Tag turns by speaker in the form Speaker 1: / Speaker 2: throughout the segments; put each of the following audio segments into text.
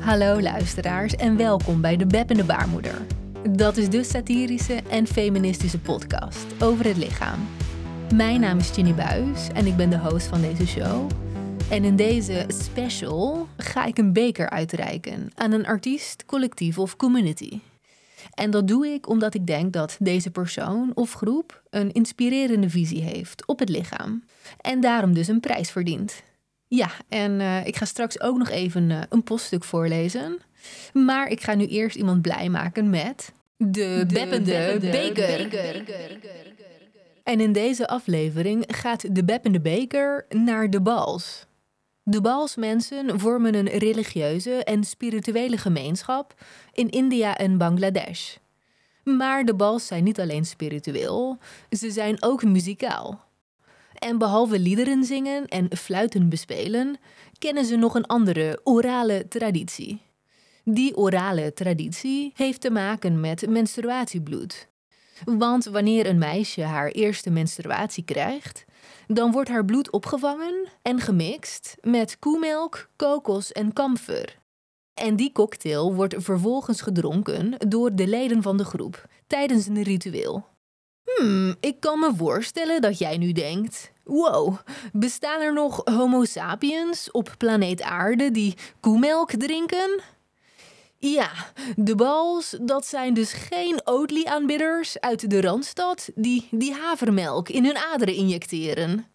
Speaker 1: Hallo luisteraars en welkom bij De Beb en de Baarmoeder. Dat is de satirische en feministische podcast over het lichaam. Mijn naam is Ginny Buijs en ik ben de host van deze show. En in deze special ga ik een beker uitreiken aan een artiest, collectief of community. En dat doe ik omdat ik denk dat deze persoon of groep een inspirerende visie heeft op het lichaam. En daarom dus een prijs verdient. Ja, en ik ga straks ook nog even een poststuk voorlezen. Maar ik ga nu eerst iemand blij maken met de beppende beker. En in deze aflevering gaat de beppende beker naar de Bals. De Balsmensen vormen een religieuze en spirituele gemeenschap in India en Bangladesh. Maar de Bals zijn niet alleen spiritueel, ze zijn ook muzikaal. En behalve liederen zingen en fluiten bespelen, kennen ze nog een andere orale traditie. Die orale traditie heeft te maken met menstruatiebloed. Want wanneer een meisje haar eerste menstruatie krijgt, dan wordt haar bloed opgevangen en gemixt met koemelk, kokos en kamfer. En die cocktail wordt vervolgens gedronken door de leden van de groep tijdens een ritueel. Ik kan me voorstellen dat jij nu denkt: wow, bestaan er nog homo sapiens op planeet Aarde die koemelk drinken? Ja, de Bals, dat zijn dus geen Oatly-aanbidders uit de Randstad die havermelk in hun aderen injecteren.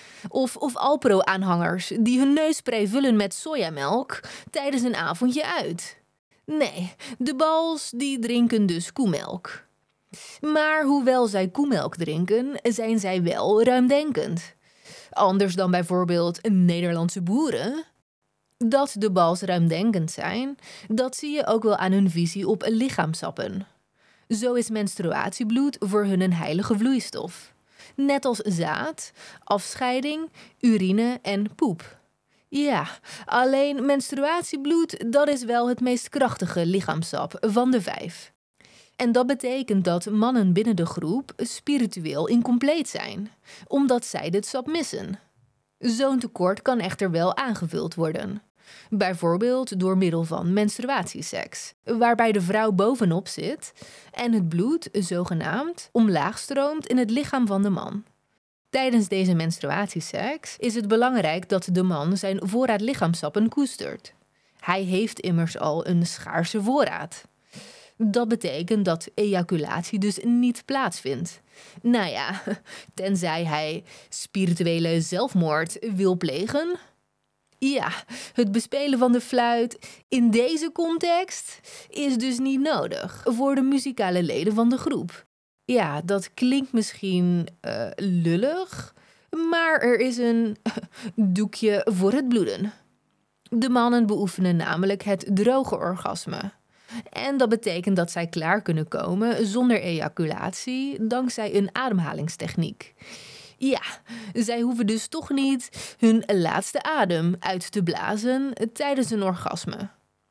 Speaker 1: Of Alpro-aanhangers die hun neusspray vullen met sojamelk tijdens een avondje uit. Nee, de Bals die drinken dus koemelk. Maar hoewel zij koemelk drinken, zijn zij wel ruimdenkend. Anders dan bijvoorbeeld Nederlandse boeren. Dat de Bals ruimdenkend zijn, dat zie je ook wel aan hun visie op lichaamsappen. Zo is menstruatiebloed voor hun een heilige vloeistof. Net als zaad, afscheiding, urine en poep. Ja, alleen menstruatiebloed, dat is wel het meest krachtige lichaamsap van de 5. En dat betekent dat mannen binnen de groep spiritueel incompleet zijn, omdat zij dit sap missen. Zo'n tekort kan echter wel aangevuld worden. Bijvoorbeeld door middel van menstruatieseks, waarbij de vrouw bovenop zit en het bloed, zogenaamd, omlaag stroomt in het lichaam van de man. Tijdens deze menstruatieseks is het belangrijk dat de man zijn voorraad lichaamsappen koestert. Hij heeft immers al een schaarse voorraad. Dat betekent dat ejaculatie dus niet plaatsvindt. Nou ja, tenzij hij spirituele zelfmoord wil plegen. Ja, het bespelen van de fluit in deze context is dus niet nodig voor de muzikale leden van de groep. Ja, dat klinkt misschien lullig, maar er is een doekje voor het bloeden. De mannen beoefenen namelijk het droge orgasme. En dat betekent dat zij klaar kunnen komen zonder ejaculatie dankzij een ademhalingstechniek. Ja, zij hoeven dus toch niet hun laatste adem uit te blazen tijdens een orgasme.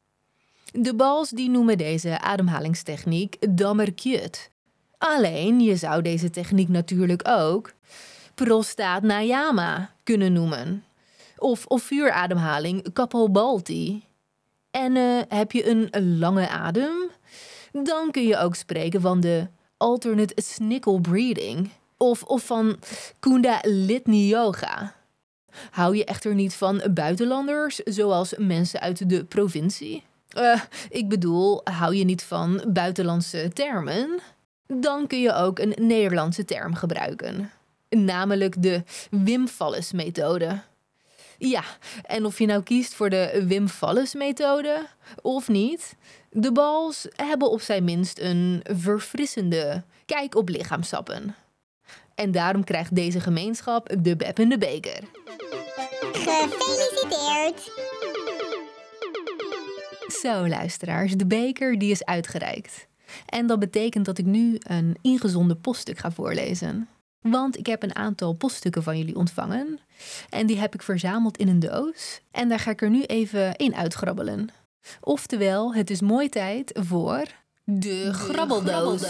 Speaker 1: De Bals die noemen deze ademhalingstechniek dammerkjut. Alleen, je zou deze techniek natuurlijk ook prostaatnayama kunnen noemen. Of vuurademhaling kapalbhati. En heb je een lange adem? Dan kun je ook spreken van de alternate snickle breathing. Of van Kundalini yoga. Hou je echter niet van buitenlanders, zoals mensen uit de provincie? Ik bedoel, hou je niet van buitenlandse termen? Dan kun je ook een Nederlandse term gebruiken. Namelijk de Wim Fallus-methode. Ja, en of je nou kiest voor de Wim Fallus-methode of niet, de Bals hebben op zijn minst een verfrissende kijk op lichaamsappen. En daarom krijgt deze gemeenschap de beppende beker.
Speaker 2: Gefeliciteerd!
Speaker 1: Zo luisteraars, de beker die is uitgereikt. En dat betekent dat ik nu een ingezonden poststuk ga voorlezen. Want ik heb een aantal poststukken van jullie ontvangen. En die heb ik verzameld in een doos. En daar ga ik er nu even in uitgrabbelen. Oftewel, het is mooi tijd voor de grabbeldoos.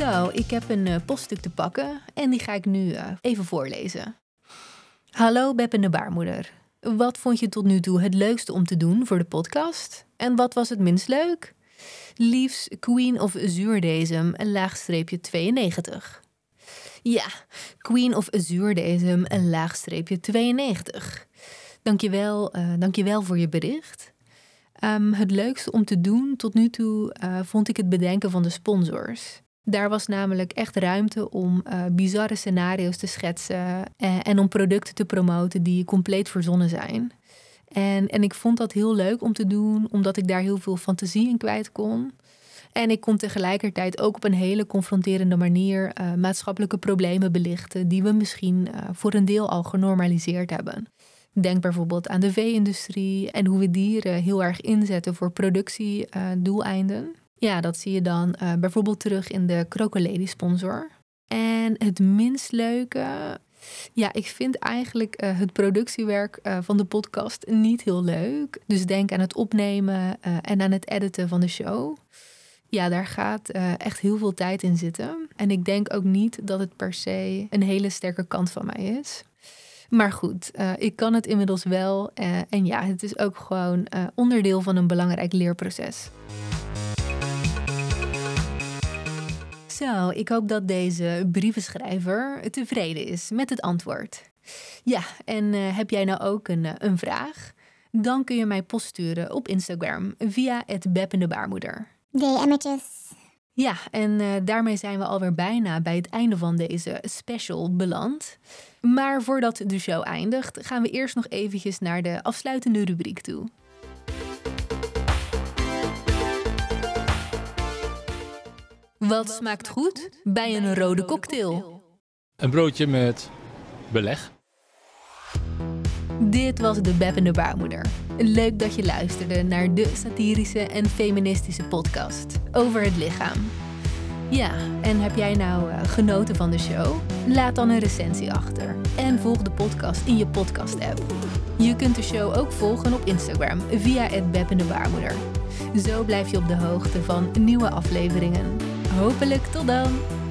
Speaker 1: Zo, ik heb een poststuk te pakken en die ga ik nu even voorlezen. Hallo beppende baarmoeder. Wat vond je tot nu toe het leukste om te doen voor de podcast? En wat was het minst leuk? Liefs Queen of Zuurdesem, _ 92. Ja, Queen of Zuurdesem, _ 92. Dankjewel voor je bericht. Het leukste om te doen tot nu toe vond ik het bedenken van de sponsors. Daar was namelijk echt ruimte om bizarre scenario's te schetsen en om producten te promoten die compleet verzonnen zijn. En ik vond dat heel leuk om te doen, omdat ik daar heel veel fantasie in kwijt kon. En ik kon tegelijkertijd ook op een hele confronterende manier maatschappelijke problemen belichten die we misschien voor een deel al genormaliseerd hebben. Denk bijvoorbeeld aan de vee-industrie en hoe we dieren heel erg inzetten voor productiedoeleinden. Ja, dat zie je dan bijvoorbeeld terug in de Crocolady-sponsor. En het minst leuke... Ja, ik vind eigenlijk het productiewerk van de podcast niet heel leuk. Dus denk aan het opnemen en aan het editen van de show. Ja, daar gaat echt heel veel tijd in zitten. En ik denk ook niet dat het per se een hele sterke kant van mij is. Maar goed, ik kan het inmiddels wel. En ja, het is ook gewoon onderdeel van een belangrijk leerproces. Zo, ik hoop dat deze brievenschrijver tevreden is met het antwoord. Ja, en heb jij nou ook een vraag? Dan kun je mij post sturen op Instagram via @beppendebaarmoeder.
Speaker 2: DM'tjes.
Speaker 1: Ja, en daarmee zijn we alweer bijna bij het einde van deze special beland. Maar voordat de show eindigt, gaan we eerst nog eventjes naar de afsluitende rubriek toe. Wat smaakt goed bij een rode cocktail?
Speaker 3: Een broodje met beleg.
Speaker 1: Dit was de Beppende Baarmoeder. Leuk dat je luisterde naar de satirische en feministische podcast over het lichaam. Ja, en heb jij nou genoten van de show? Laat dan een recensie achter en volg de podcast in je podcast-app. Je kunt de show ook volgen op Instagram via @beppendebaarmoeder. Zo blijf je op de hoogte van nieuwe afleveringen. Hopelijk tot dan!